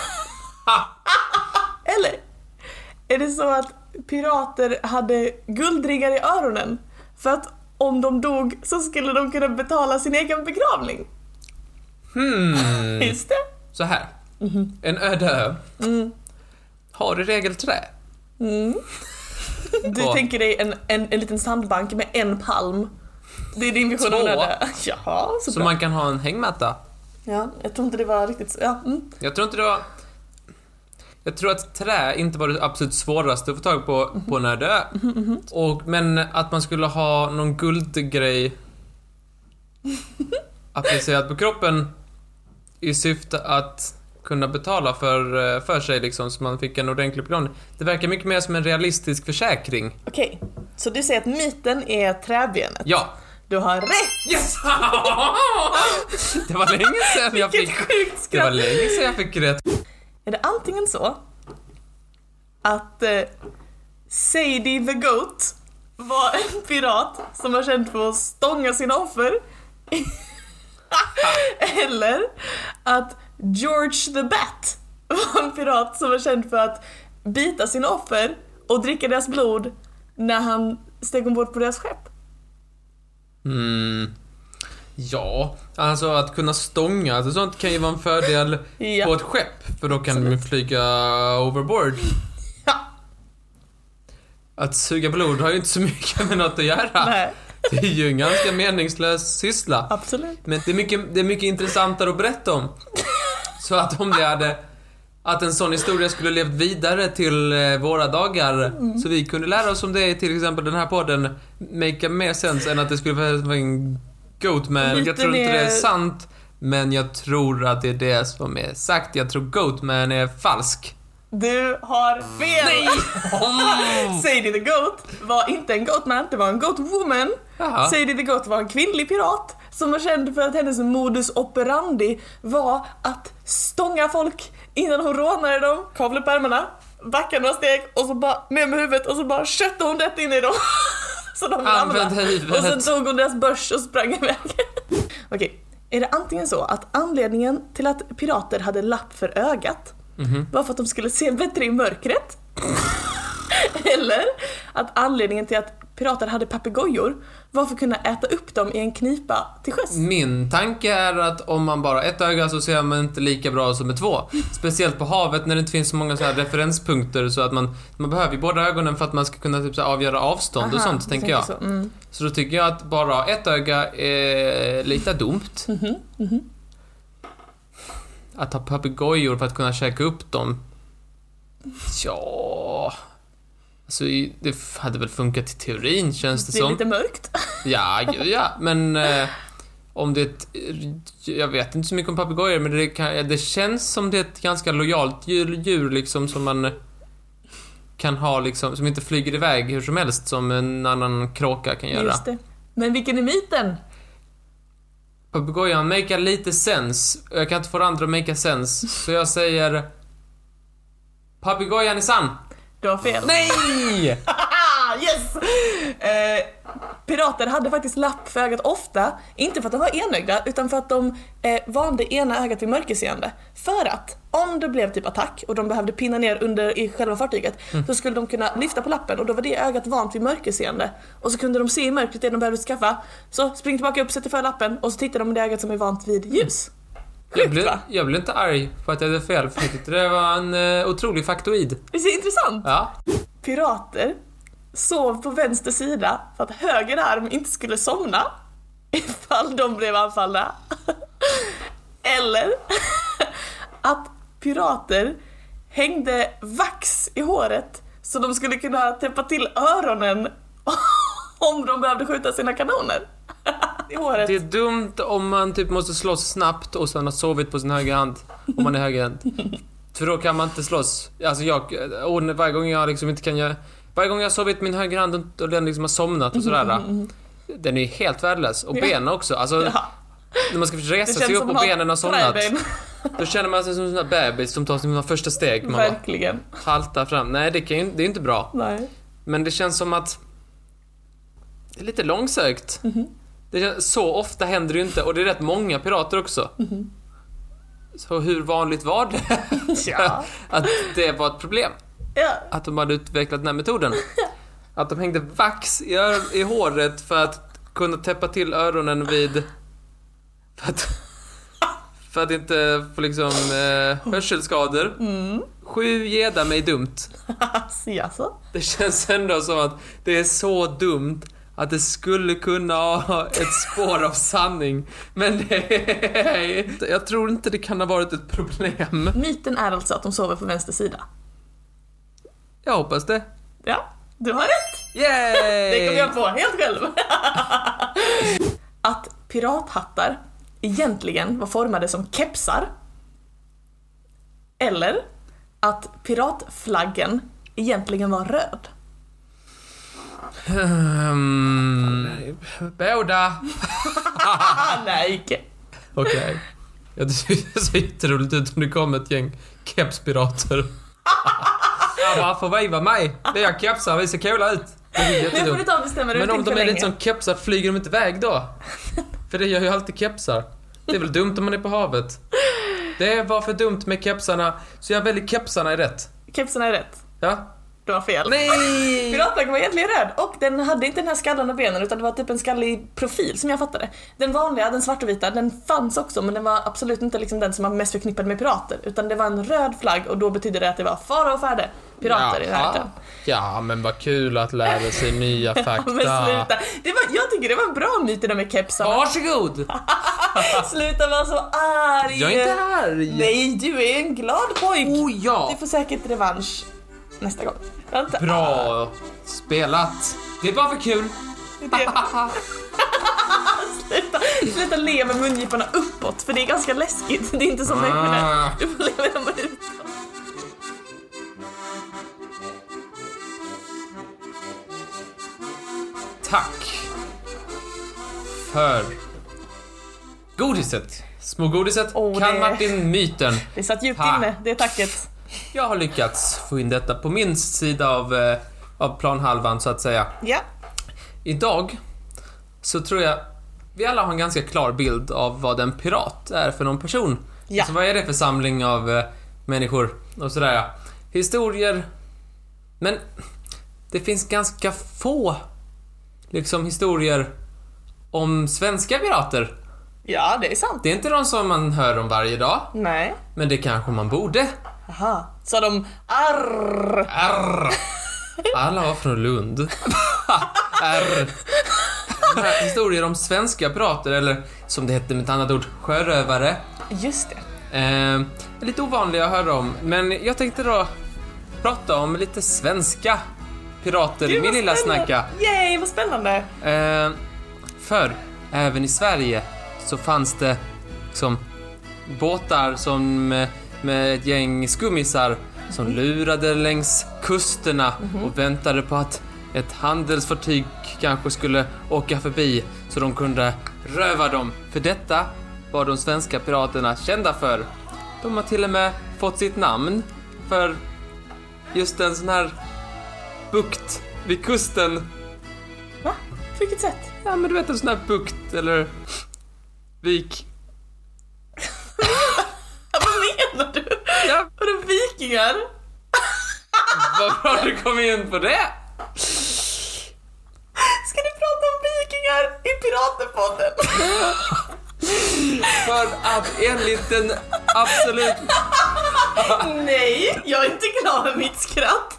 Eller är det så att pirater hade guldringar i öronen för att om de dog så skulle de kunna betala sin egen begravning? Hmm. Just det. Så här. Mm-hmm. En öde ö. Mm. Har i regel trä. Mm. Du Och. tänker dig en, en, en liten sandbank med en palm. Det är din vision av en öde ö. Jaha, så, Så bra. man kan ha en hängmatta. Ja, jag tror inte det var riktigt så. Ja, mm. Jag tror inte det var... Jag tror att trä inte var det absolut svåraste att få tag på mm-hmm. på en öde ö. Mm-hmm. Och, men att man skulle ha någon guldgrej applicerat på kroppen i syfte att kunna betala för, för sig liksom, så man fick en ordentlig begravning. Det verkar mycket mer som en realistisk försäkring. Okej, så du säger att myten är träbenet? Ja. Du har rätt! Yes! Det var länge sedan jag fick... Sjukt skratt. Det var länge sedan jag fick rätt. Är det antingen så att eh, Sadie the Goat var en pirat som var känd för att stånga sina offer? Eller att George the Bat var en pirat som var känd för att bita sina offer och dricka deras blod när han steg ombord på deras skepp? Mm. Ja, alltså att kunna stånga, alltså sånt kan ju vara en fördel Ja. på ett skepp, för då kan man flyga overboard. Ja. Att suga blod har ju inte så mycket med något att göra. Nej. Det är ju en ganska meningslös syssla. Absolut. Men det är mycket, det är mycket intressantare att berätta om. Så att om det hade... Att en sån historia skulle levt vidare till eh, våra dagar, mm. så vi kunde lära oss om det i till exempel den här podden, make mer sense än att det skulle vara en Goatman. Jag tror inte det är sant, men jag tror att det är det som är sagt. Jag tror Goatman är falsk. Du har fel! Nej! Oh. Sadie the Goat var inte en Goatman, det var en Goatwoman. Jaha. Sadie the Goat var en kvinnlig pirat som var känd för att hennes modus operandi var att stånga folk innan hon rånade dem, kavla upp ärmarna, backa några steg och så bara ner med huvudet och så bara kötte hon det in i dem. Så de ramlade. Och sen tog hon deras börs och sprang iväg. Okej, är det antingen så att anledningen till att pirater hade lapp för ögat mm-hmm. var för att de skulle se bättre i mörkret? Eller att anledningen till att pirater hade papegojor var för att kunna äta upp dem i en knipa till sjöss? Min tanke är att om man bara har ett öga så ser man inte lika bra som med två. Speciellt på havet när det inte finns så många så här referenspunkter, så att man, man behöver ju båda ögonen för att man ska kunna typ så här avgöra avstånd. Aha, och sånt, tänker jag. Så. Mm. så då tycker jag att bara ett öga är lite dumt. Mm-hmm. Mm-hmm. Att ha papegojor för att kunna käka upp dem. Ja... Alltså, det hade väl funkat i teorin, känns det, det är som. Lite mörkt. Ja, ja, men eh, om det är ett, jag vet inte så mycket om papegojor, men det, kan, det känns som det är ett ganska lojalt djur, djur liksom, som man kan ha liksom, som inte flyger iväg hur som helst som en annan kråka kan göra. Just det. Men vilken är myten? Papegojan makar lite sens. Jag kan inte få andra att make sense, så jag säger papegojan är sann. Du har fel. Nej! Yes! Eh, pirater hade faktiskt lapp för ögat ofta, inte för att de var enögda, utan för att de eh, valde ena ögat vid mörkerseende. För att om det blev typ attack och de behövde pinna ner under i själva fartyget, mm. så skulle de kunna lyfta på lappen och då var det ögat vant vid mörkerseende. Och så kunde de se i mörkret det de behövde skaffa. Så spring tillbaka upp, sätter för lappen och så tittar de med det ögat som är vant vid ljus. Sjukt, jag, blev, va? jag blev inte arg för att jag hade fel, för jag tyckte det var en uh, otrolig faktoid. Det är intressant. Ja. Pirater sov på vänster sida för att höger arm inte skulle somna ifall de blev anfallna. Eller att pirater hängde vax i håret så de skulle kunna täppa till öronen om de behövde skjuta sina kanoner i håret. Det är dumt om man typ måste slåss snabbt och sen har sovit på sin högra hand, om man är högerhänt. För då kan man inte slåss. Alltså jag, och varje gång jag liksom inte kan göra, varje gång jag har sovit min högra hand och den liksom har somnat och sådär, mm. den är helt värdelös. Och benen också, alltså ja. När man ska resa sig upp och benen har somnat, då känner man sig som en sån där bebis som tar sina första steg. Man verkligen haltar fram. Nej, det, kan ju, det är inte bra. Nej. Men det känns som att det är lite långsökt. Mm-hmm. Det känns, så ofta händer det ju inte. Och det är rätt många pirater också. Mm-hmm. Så hur vanligt var det? Ja. Att det var ett problem. Ja. Att de hade utvecklat den här metoden. Att de hängde vax i, ör- i håret för att kunna täppa till öronen vid... För att, för att inte få liksom eh, hörselskador. Mm. Sju geda mig dumt. Alltså. Det känns ändå som att det är så dumt att det skulle kunna ha ett spår av sanning. Men det, jag tror inte det kan ha varit ett problem. Myten är alltså att de sover på vänster sida. Jag hoppas det. Ja, du har rätt. Yay! Det kom jag på helt själv. Att pirathattar egentligen var formade som kepsar. Eller att piratflaggen egentligen var röd. Um, båda. Nej, icke. Okej. Okay. Ja, det ser jätteroligt ut om det kommer ett gäng kepspirater. Jag bara får vara mig. Det är kepsar, vi ser coola ut. Det är jättedumt. Men, ta bestämma Men om de är lite som kepsar, flyger de inte iväg då? För det gör ju alltid kepsar. Det är väl dumt om man är på havet. Det var för dumt med kepsarna, så jag väljer kepsarna är rätt. Kepsarna är rätt? Ja. Du har fel. Nej! Piratflaggan var egentligen röd och den hade inte den här skallen och benen, utan det var typ en skallig profil som jag fattade. Den vanliga, den svarta och vita, den fanns också, men den var absolut inte liksom den som var mest förknippad med pirater, utan det var en röd flagg och då betyder det att det var fara och färde pirater. Jaha. I världen. Ja, men vad kul att lära sig nya fakta. Men sluta. Det var, jag tycker det var en bra myt det där med kepsarna. Varsågod. Sluta vara så arg. Jag är inte arg. Nej, du är en glad pojk. Oh ja. Du får säkert revansch nästa gång. Bra spelat. Det var för kul. Det. sluta, sluta le med mungiporna uppåt, för det är ganska läskigt. Det är inte som människorna. Du får leva med dem utåt. Tack för godiset. Små godiset. Oh, kan det... Martin myten. Det satt djupt Tack. inne, det är tacket. Jag har lyckats få in detta på min sida av, eh, av planhalvan, så att säga. Ja. Idag så tror jag vi alla har en ganska klar bild av vad en pirat är för någon person. Ja. Alltså, vad är det för samling av eh, människor och sådär. Historier. Men det finns ganska få liksom historier om svenska pirater. Ja, det är sant. Det är inte de som man hör om varje dag. Nej. Men det kanske man borde. Aha. Så de arr. Arr. Alla var från Lund. Arr. De här historier om svenska pirater, eller som det hette med ett annat ord, sjörövare. Just det. Eh, lite ovanliga att höra om. Men jag tänkte då prata om lite svenska pirater i min lilla snacka. Yay, vad spännande. Eh, för även i Sverige så fanns det som båtar som med, med ett gäng skummisar som lurade längs kusterna mm-hmm. och väntade på att ett handelsfartyg kanske skulle åka förbi så de kunde röva dem. För detta var de svenska piraterna kända för. De har till och med fått sitt namn för just en sån här bukt vid kusten. Va? På vilket sätt? Ja, men du vet en sån här bukt eller vik. Vad menar du? Ja. Vadå vikingar? Varför har du kommit in på det? Ska du prata om vikingar i Piratenpodden? För att enligt den absolut... Nej, jag är inte klar med mitt skratt.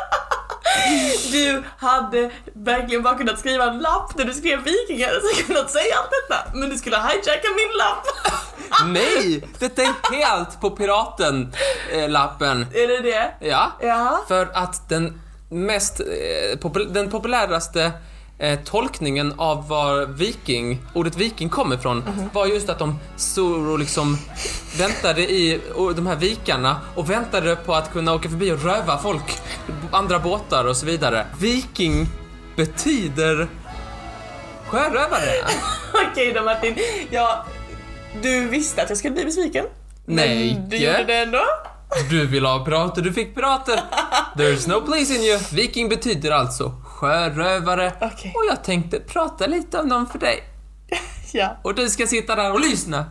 Du hade verkligen bara kunnat skriva en lapp där du skrev vikingar och så kunnat säga allt detta. Men du skulle hijacka min lapp. Nej, detta är helt på piraten-lappen. Är det det? Ja, Ja. för att den mest, eh, popul- den populäraste eh, tolkningen av var viking, ordet viking kommer ifrån, mm-hmm. var just att de stod och liksom väntade i och de här vikarna och väntade på att kunna åka förbi och röva folk, andra båtar och så vidare. Viking betyder sjörövare. Okej då Martin, ja, du visste att jag skulle bli besviken. Nej. Men du gjorde det ändå. Du vill ha pirater, du fick pirater. There's no place in you. Viking betyder alltså sjörövare. Okay. Och jag tänkte prata lite om dem för dig. Ja. Och du ska sitta där och lyssna.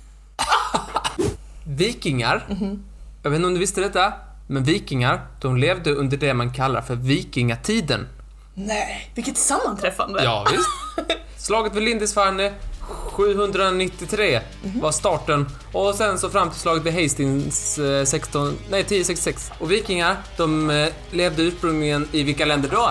Vikingar, mm-hmm. jag vet inte om du visste detta, men vikingar, de levde under det man kallar för vikingatiden. Nej, vilket sammanträffande. Ja, visst. Slaget vid Lindisfarne sjuhundranittiotre mm-hmm. var starten. Och sen så fram till slaget vid Hastings eh, sexton, nej, tio sextiosex. Och vikingar, de eh, levde ursprungligen i vilka länder då?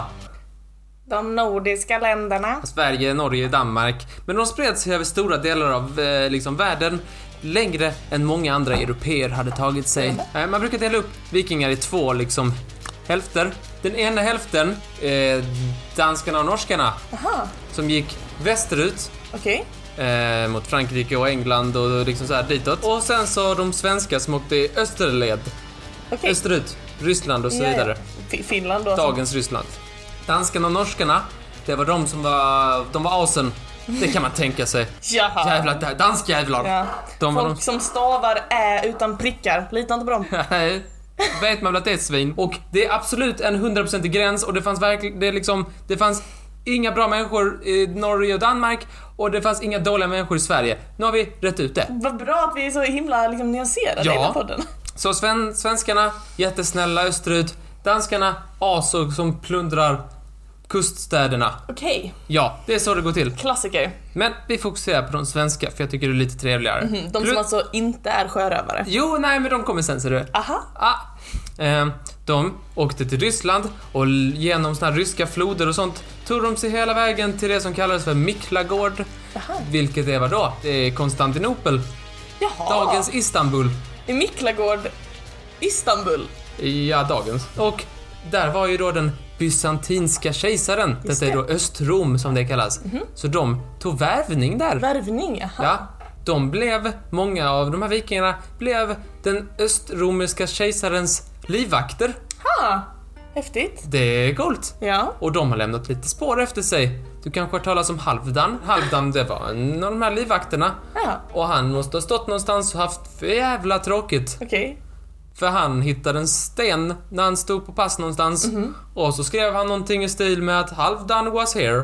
De nordiska länderna. Sverige, Norge, Danmark. Men de spred sig över stora delar av eh, liksom världen, längre än många andra europeer hade tagit sig. Eh, man brukar dela upp vikingar i två liksom hälfter. Den ena hälften, eh, danskarna och norskarna. Aha. Som gick västerut. Okej. Eh, mot Frankrike och England och liksom så här ditåt. Och sen så de svenska som åkte i österled. Okay. Österut, Ryssland och så ja, vidare. Ja. Finland då. Dagens som... Ryssland. Danskarna och norskarna, det var de som var, de var asen. Det kan man tänka sig. Jaha. Jävlar, danskjävlar. Ja. De Folk var de... som stavar ä utan prickar. Lita inte på dem. Nej. Vet man väl att det är ett svin. Och det är absolut en hundraprocentig gräns. Och det fanns verkligen, det är liksom, det fanns inga bra människor i Norge och Danmark. Och det fanns inga dåliga människor i Sverige. Nu har vi rätt ut det. Vad bra att vi är så himla liksom nyanserade ja. i den podden. Så sven, svenskarna, jättesnälla österut. Danskarna, asor som plundrar kuststäderna. Okej. Okay. Ja, det är så det går till. Klassiker. Men vi fokuserar på de svenska, för jag tycker det är lite trevligare. Mm-hmm. De som Plut- alltså inte är sjörövare. Jo, nej, men de kommer sen, ser du. Aha. Ah. Eh, de åkte till Ryssland och genom såna här ryska floder och sånt tog de sig hela vägen till det som kallades för Miklagård. Aha. Vilket är vad då? Det är Konstantinopel. Jaha. Dagens Istanbul. I Miklagård, Istanbul. Ja, dagens. Och där var ju då den bysantinska kejsaren. Just Detta är då Östrom som det kallas. Mm-hmm. Så de tog värvning där. Värvning, aha. Ja. De blev, många av de här vikingarna blev den östromerska kejsarens livvakter. Ha, häftigt. Det är coolt. Ja. Och de har lämnat lite spår efter sig. Du kanske har talat om Halvdan. Halvdan, det var en av de här livvakterna. Ja. Och han måste ha stått någonstans och haft för jävla tråkigt. Okej. Okay. För han hittade en sten när han stod på pass någonstans. Mm-hmm. Och så skrev han någonting i stil med att Halvdan was here.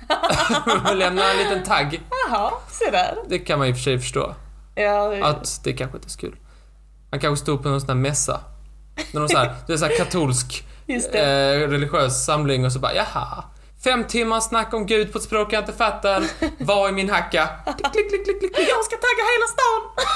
Och lämnade en liten tagg. Jaha, se där. Det kan man i och för sig förstå. Ja, det... Att det kanske inte är så kul. Han kanske stod på någon sån här mässa. Någon sån här, det är så här katolsk eh, religiös samling och så bara, jaha. Fem timmar snack om Gud på ett språk jag inte fattar. Vad är min hacka? Klick, klick, klick, klick, klick. Jag ska tagga hela stan.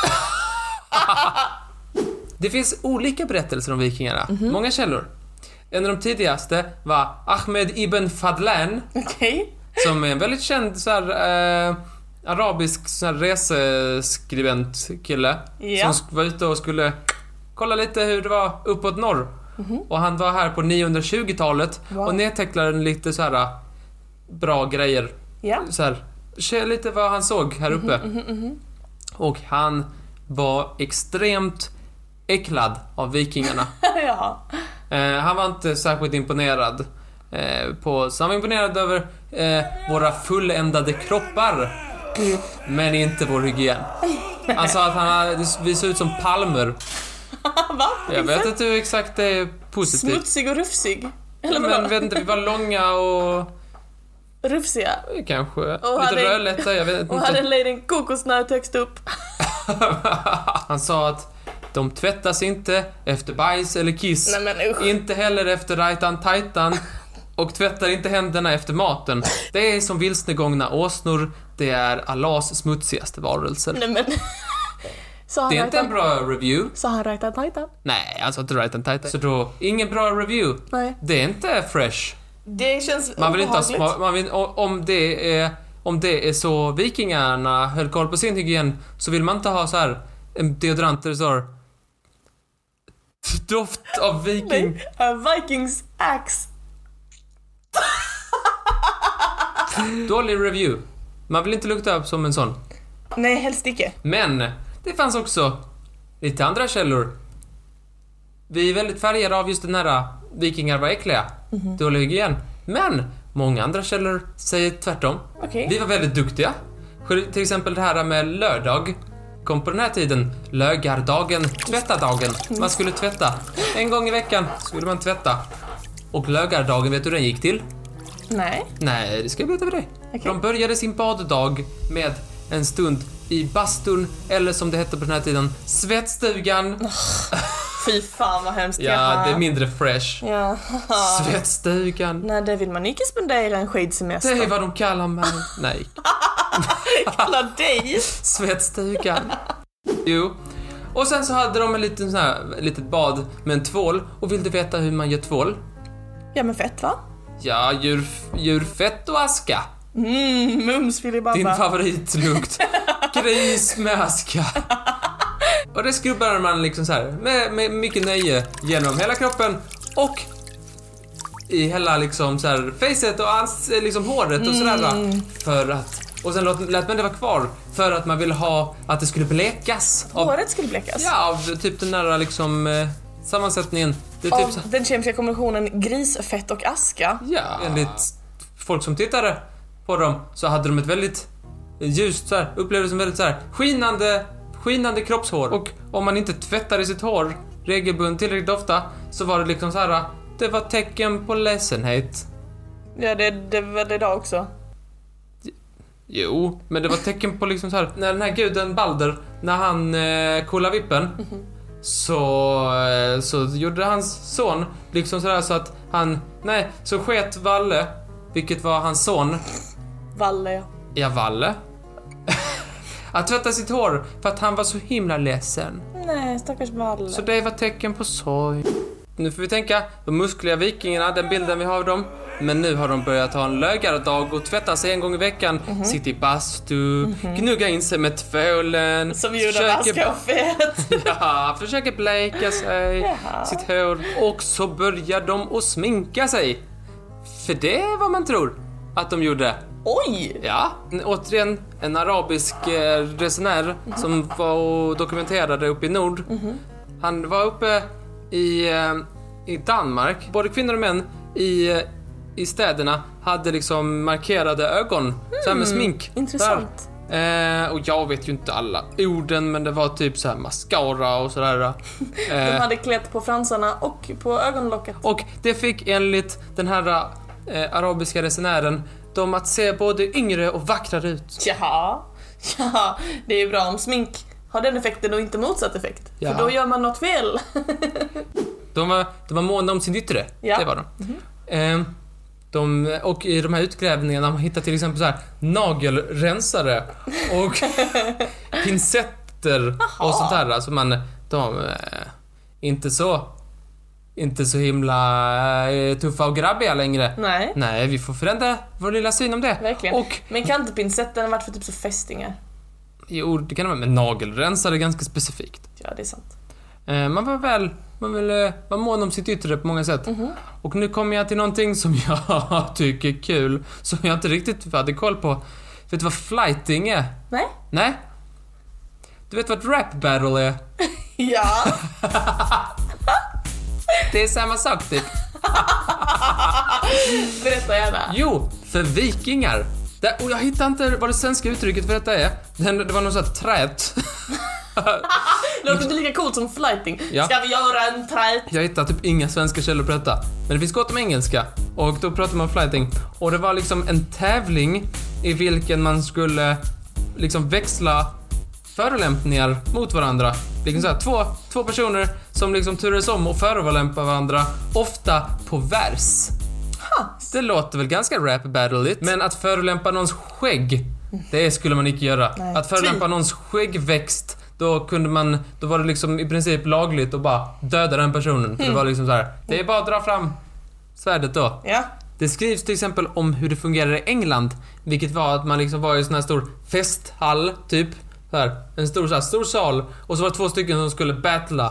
Det finns olika berättelser om vikingarna. Mm-hmm. Många källor. En av de tidigaste var Ahmed ibn Fadlan. Okay. Som är en väldigt känd så här, eh, arabisk så här, reseskribent kille. Ja. Som var ute och skulle kolla lite hur det var uppåt norr. Mm-hmm. Och han var här på niohundratjugotalet. Wow. Och nedtecknade lite så här bra grejer. Ja. Så här, se lite vad han såg här uppe. Mm-hmm, mm-hmm. Och han var extremt äcklad av vikingarna. Ja. eh, Han var inte särskilt imponerad eh, på, så han var imponerad över eh, våra fulländade kroppar. Mm. Men inte vår hygien. Han sa att han, vi såg ut som palmer. Va? Jag vet inte hur exakt det är positivt. Smutsig och rufsig. Eller men vet inte, vi var långa och Rufsiga. Kanske. Och lite hade, rödlätta, jag vet inte. Och hade en liten kokosnöt högst upp. Han sa att de tvättas inte efter bajs eller kiss. Nej, men usch. Inte heller efter rajtan tajtan. Och tvättar inte händerna efter maten. Det är som vilsnegångna åsnor. Det är Allahs smutsigaste varelser. Nej, men... Så Det är inte en bra review. Så han rajtan tajtan? Nej, alltså inte rajtan tajtan. Så då, ingen bra review. Nej. Det är inte fresh. Det känns Man vill inte ha obehagligt. sma- man vill, om det är om det är så vikingarna höll koll på sin hygien, så vill man inte ha så här en deodorant där det står doft av viking. Nej, a Vikings axe. Dålig review. Man vill inte lukta upp som en sån. Nej, helst icke. Men det fanns också lite andra källor. Vi är väldigt färgade av just den här vikingar var äckliga. Mm-hmm. Dålig hygien. Men många andra källor säger tvärtom. Okay. Vi var väldigt duktiga. Till exempel det här med lördag kom på den här tiden. Lögardagen, tvättadagen. Man skulle tvätta. En gång i veckan skulle man tvätta. Och lögardagen, vet du hur den gick till? Nej. Nej, det ska jag berätta för dig. Okay. De började sin baddag med en stund i bastun, eller som det hette på den här tiden, svettstugan. Oh, fy fan vad hemskt. Ja, det är mindre fresh. Ja. Svettstugan. Nej, det vill man inte spendera en skidsemester. Det är vad de kallar mig. Nej. Kallar dig? Svettstugan. Jo. Och sen så hade de en liten sån här, litet bad med en tvål. Och vill du veta hur man gör tvål? Ja, men fett va? Ja, djur, djurfett och aska. Mm, mums filibabba. Din favoritlukt. Gris med aska. Och det skrubbade man liksom så här med, med mycket nöje genom hela kroppen och i hela liksom så här facet och ans, liksom håret och sådär. Mm. För att, och sen lät, lät man det vara kvar för att man ville ha att det skulle blekas. Av, håret skulle blekas? Ja, av typ den där liksom eh, sammansättningen. Det är av typ så, den kemiska kombinationen grisfett och aska? Ja, enligt folk som tittade på dem så hade de ett väldigt ljust så här, upplevde som väldigt så här skinande skinande kroppshår. Och om man inte tvättade sitt hår regelbundet tillräckligt ofta så var det liksom så här, det var tecken på ledsenhet. Ja, det, det var det idag också. Jo, men det var tecken på liksom så här, när den här guden Balder, när han eh, kollade vippen, mm-hmm. så eh, så gjorde hans son liksom så där så att han, nej, så sket Valle, vilket var hans son. Valle, ja. Ja, Valle. Att tvätta sitt hår för att han var så himla ledsen. Nej, stackars Valle. Så det var tecken på sorg. Nu får vi tänka, de muskliga vikingarna, den bilden vi har av dem. Men nu har de börjat ha en lögardag och tvätta sig en gång i veckan. Mm-hmm. Sitta i bastu, mm-hmm. gnugga in sig med tvålen. Som gjorde aska och fett. Ja, försöker bleka sig, Jaha. sitt hår. Och så börjar de att sminka sig. För det är vad man tror att de gjorde. Oj! Ja, återigen en arabisk eh, resenär mm-hmm. som var och dokumenterade uppe i nord. Mm-hmm. Han var uppe i, eh, i Danmark. Både kvinnor och män i, eh, i städerna hade liksom markerade ögon. Mm, så här med smink. Intressant. Eh, och jag vet ju inte alla orden, men det var typ så här mascara och sådär. Eh, De hade klätt på fransarna och på ögonlocket. Och det fick enligt den här eh, arabiska resenären de att se både yngre och vackrare ut. Ja, ja, det är ju bra om smink har den effekten och inte motsatt effekt. Ja. För då gör man något fel. de, var, de var måna om sin yttre, ja. Det var de. Mm-hmm. Eh, de. Och i de här utgrävningarna man hittar till exempel så här nagelrensare och pincetter och sånt där. Alltså man, de eh, inte så... inte så himla eh, tuffa och grabbiga längre. Nej. Nej, vi får förändra vår lilla syn om det. Verkligen. Och, men kan inte pincetten ha varit för typ så fästingar? Jo, det kan det vara, men nagelrensare är ganska specifikt. Ja, det är sant. Eh, man var väl, man vill eh, vara mån om sitt yttre på många sätt. Mm-hmm. Och nu kommer jag till någonting som jag tycker är kul, som jag inte riktigt hade koll på. Vet du vad flighting är? Nej. Nej? Du vet vad rap battle är? Ja. Det är samma sak typ. Berätta gärna. Jo, för vikingar. Det, och jag hittar inte vad det svenska uttrycket för detta är. Det, det var något sånt här trät. Det låter inte lika coolt som flighting. Ja. Ska vi göra en trät? Jag hittar typ inga svenska källor på detta. Men det finns gott om engelska. Och då pratar man flighting. Och det var liksom en tävling i vilken man skulle liksom växla förolämpningar mot varandra. Liksom så här, två, två personer som liksom turades om och förolämpa varandra, ofta på vers. Ha. Det låter väl ganska rap battleigt, men att förolämpa någons skägg, det skulle man inte göra. Nej. Att förolämpa någons skäggväxt, då kunde man, då var det liksom i princip lagligt att bara döda den personen. För det var liksom så här, det är bara att dra fram svärdet då. Ja. Det skrivs till exempel om hur det fungerar i England, vilket var att man liksom var i en sån här stor festhall typ, så här, en stor så här, stor sal, och så var det två stycken som skulle battla.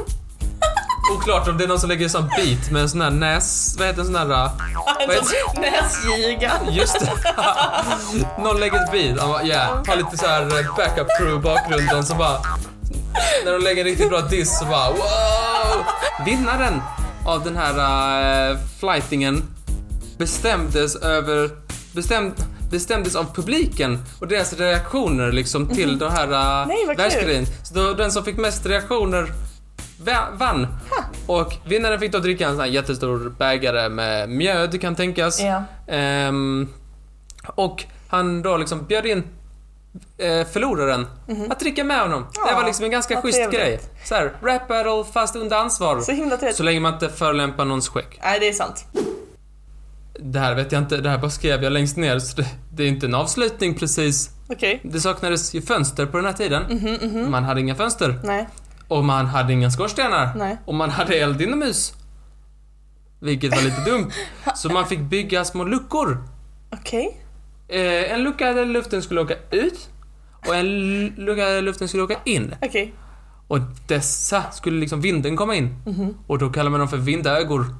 Oklart om det är någon som lägger en sån beat med en sån här näs, vad heter en sån här, vad heter Näsgiga. just det. Någon lägger ett beat, han bara, yeah, har lite så här backup crew i bakgrunden, så bara när de lägger en riktigt bra diss så bara wow. Vinnaren av den här uh, flightingen bestämdes över bestäm, bestämdes av publiken och deras reaktioner liksom till mm. den här uh, Nej, världsgrejen. Så då, den som fick mest reaktioner va- vann. Ha. Och vinnaren fick då dricka en sån här jättestor bägare med mjöd, kan tänkas. Ja. Um, och han då liksom bjöd in eh, förloraren mm-hmm. att dricka med honom. Ja, det var liksom en ganska schysst trevligt. Grej. Så här, rap battle fast under ansvar. Så himla trevligt. Så länge man inte förolämpar någons skägg. Nej, det är sant. Det här vet jag inte, det här bara skrev jag längst ner, så det, det är inte en avslutning precis. Okej. Okay. Det saknades ju fönster på den här tiden. Mm-hmm, mm-hmm. Man hade inga fönster. Nej. Och man hade inga skorstenar. Nej. Och man hade eld inomhus. Vilket var lite dumt. Så man fick bygga små luckor. Okej. Okay. Eh, en lucka där luften skulle åka ut. Och en lucka där luften skulle åka in. Okej. Okay. Och dessa skulle liksom vinden komma in. Mm-hmm. Och då kallar man dem för vindögor.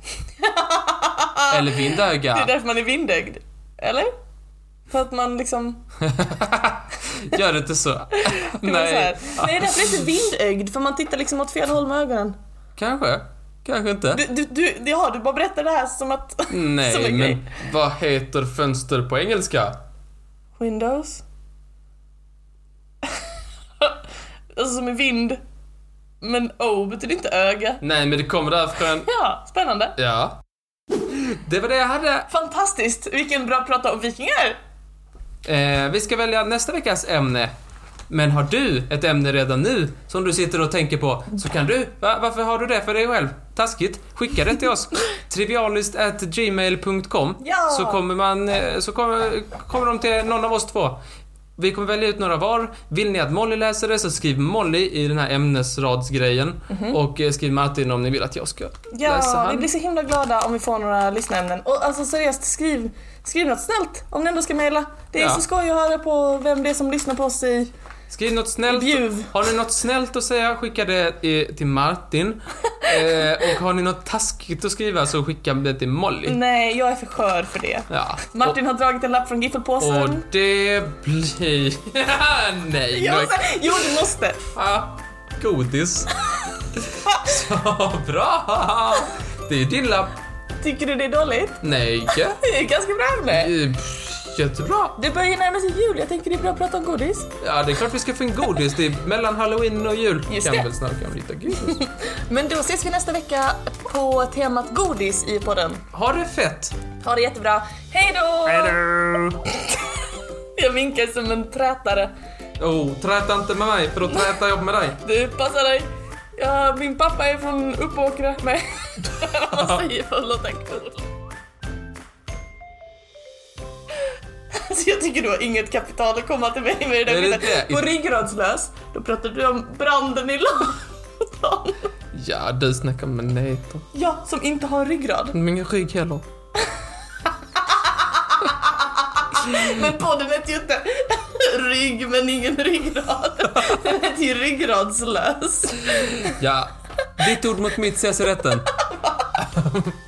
Eller vindöga. Det är därför man är vindögd. Eller? För att man liksom... Gör det inte så. Nej. Nej, det är därför det är inte vindögd. För man tittar liksom åt fel håll med ögonen. Kanske. Kanske inte. Du, du, du, ja, du bara berättar det här som att... Nej, som men grej. Vad heter fönster på engelska? Windows. Alltså som är vind. Men O betyder inte öga. Nej, men det kommer därifrån. Ja, spännande. Ja. Det var det jag hade. Fantastiskt, vilken bra prata om vikingar. eh, Vi ska välja nästa veckas ämne. Men har du ett ämne redan nu som du sitter och tänker på, så kan du, va? Varför har du det för dig själv? Taskigt, skicka det till oss. trivialist at gmail punkt com. Ja. Så kommer man Så kommer, kommer de till någon av oss två. Vi kommer välja ut några var. Vill ni att Molly läser det, så skriv Molly i den här ämnesradsgrejen. Mm-hmm. Och skriv Martin om ni vill att jag ska ja, läsa han. Ja, vi blir så himla glada om vi får några lyssnämnen. Och alltså seriöst, skriv, skriv något snällt om ni ändå ska mejla. Det är ja. så skoj att höra på vem det är som lyssnar på oss i... Skriv något snällt. Bjuv. Har ni något snällt att säga, skicka det i, till Martin. eh, och har ni något taskigt att skriva, så skicka det till Molly. Nej, jag är för skör för det. Ja. Martin och, har dragit en lapp från giffelpåsen. Och det blir... Nej. Jag måste... Jo, du måste. Ja, godis. Så bra. Det är din lapp. Tycker du det är dåligt? Nej. Det är ganska bra ämne. Jättebra. Det börjar närma sig jul, jag tänker det är bra att prata om godis. Ja, det är klart vi ska få en godis. Det är mellan Halloween och jul. Just kan det. Väl snart kan vi hitta godis. Men då ses vi nästa vecka på temat godis i podden. Ha det fett. Ha det jättebra. Hej då! Hej då! Jag vinkar som en trätare. Oh, träta inte med mig, för då trätar jag med dig. Du, passa dig. Ja, min pappa är från Uppåkra. Nej, vad man säger för att låta cool. Alltså jag tycker du har inget kapital att komma till mig med det där. Är det det? På ryggradslös, då pratar du om branden i London. Ja, du snackar med nätet. Ja, som inte har ryggrad. Men ingen rygg heller. Men podden heter ju inte rygg men ingen ryggrad. Den heter ju ryggradslös. Ja, ditt ord mot mitt ses i rätten.